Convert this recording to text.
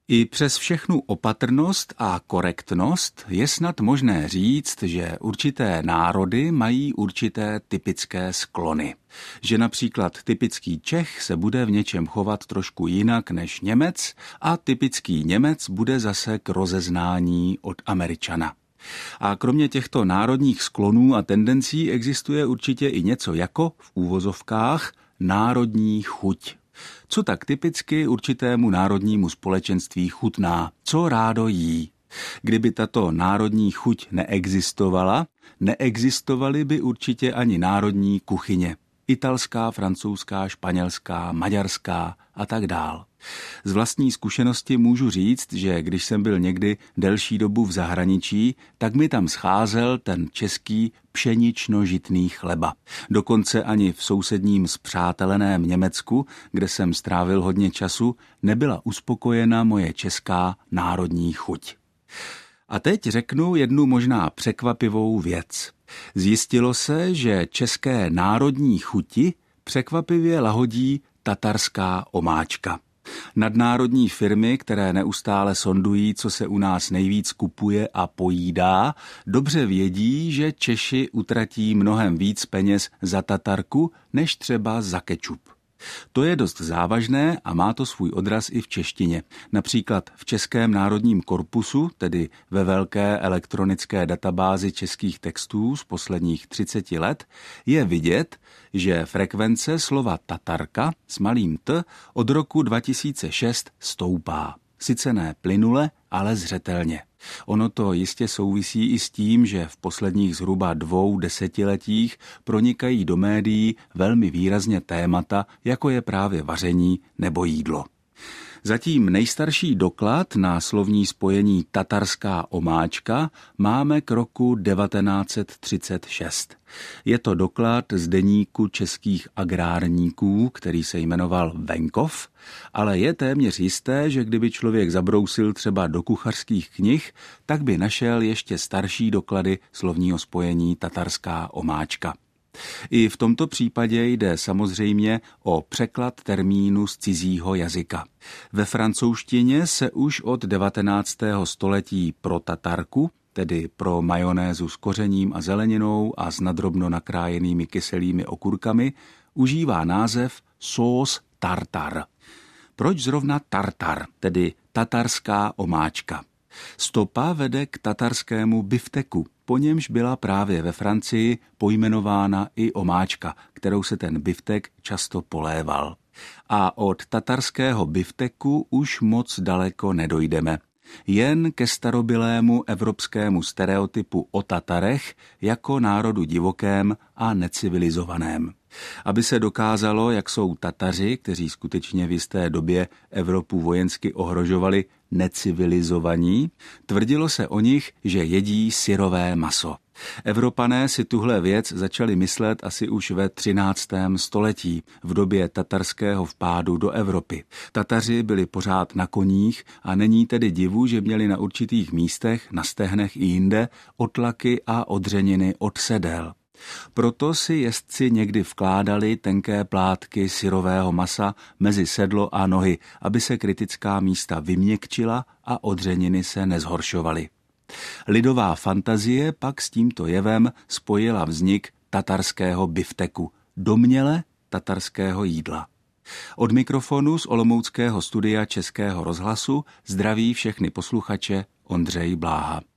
I přes všechnu opatrnost a korektnost je snad možné říct, že určité národy mají určité typické sklony. Že například typický Čech se bude v něčem chovat trošku jinak než Němec a typický Němec bude zase k rozeznání od Američana. A kromě těchto národních sklonů a tendencí existuje určitě i něco jako, v úvozovkách, národní chuť. Co tak typicky určitému národnímu společenství chutná, co rádo jí. Kdyby tato národní chuť neexistovala, neexistovaly by určitě ani národní kuchyně. Italská, francouzská, španělská, maďarská a tak dál. Z vlastní zkušenosti můžu říct, že když jsem byl někdy delší dobu v zahraničí, tak mi tam scházel ten český pšenično-žitný chleba. Dokonce ani v sousedním spřáteleném Německu, kde jsem strávil hodně času, nebyla uspokojena moje česká národní chuť. A teď řeknu jednu možná překvapivou věc. Zjistilo se, že české národní chuti překvapivě lahodí tatarská omáčka. Nadnárodní firmy, které neustále sondují, co se u nás nejvíc kupuje a pojídá, dobře vědí, že Češi utratí mnohem víc peněz za tatarku, než třeba za kečup. To je dost závažné a má to svůj odraz i v češtině. Například v Českém národním korpusu, tedy ve velké elektronické databázi českých textů z posledních 30 let, je vidět, že frekvence slova tatarka s malým t od roku 2006 stoupá. Sice ne plynule, ale zřetelně. Ono to jistě souvisí i s tím, že v posledních zhruba 2 desetiletích pronikají do médií velmi výrazně témata, jako je právě vaření nebo jídlo. Zatím nejstarší doklad na slovní spojení tatarská omáčka máme k roku 1936. Je to doklad z deníku českých agrárníků, který se jmenoval Venkov, ale je téměř jisté, že kdyby člověk zabrousil třeba do kuchařských knih, tak by našel ještě starší doklady slovního spojení tatarská omáčka. I v tomto případě jde samozřejmě o překlad termínu z cizího jazyka. Ve francouzštině se už od 19. století pro tatarku, tedy pro majonézu s kořením a zeleninou a s nadrobno nakrájenými kyselými okurkami, užívá název sauce tartar. Proč zrovna tartar, tedy tatarská omáčka? Stopa vede k tatarskému bifteku, po němž byla právě ve Francii pojmenována i omáčka, kterou se ten biftek často poléval. A od tatarského bifteku už moc daleko nedojdeme. Jen ke starobylému evropskému stereotypu o Tatarech jako národu divokém a necivilizovaném. Aby se dokázalo, jak jsou Tataři, kteří skutečně v jisté době Evropu vojensky ohrožovali, necivilizovaní, tvrdilo se o nich, že jedí syrové maso. Evropané si tuhle věc začali myslet asi už ve 13. století, v době tatarského vpádu do Evropy. Tataři byli pořád na koních a není tedy divu, že měli na určitých místech, na stehnech i jinde, otlaky a odřeniny od sedel. Proto si jezdci někdy vkládali tenké plátky syrového masa mezi sedlo a nohy, aby se kritická místa vyměkčila a odřeniny se nezhoršovaly. Lidová fantazie pak s tímto jevem spojila vznik tatarského bifteku, domněle tatarského jídla. Od mikrofonu z olomouckého studia Českého rozhlasu zdraví všechny posluchače Ondřej Bláha.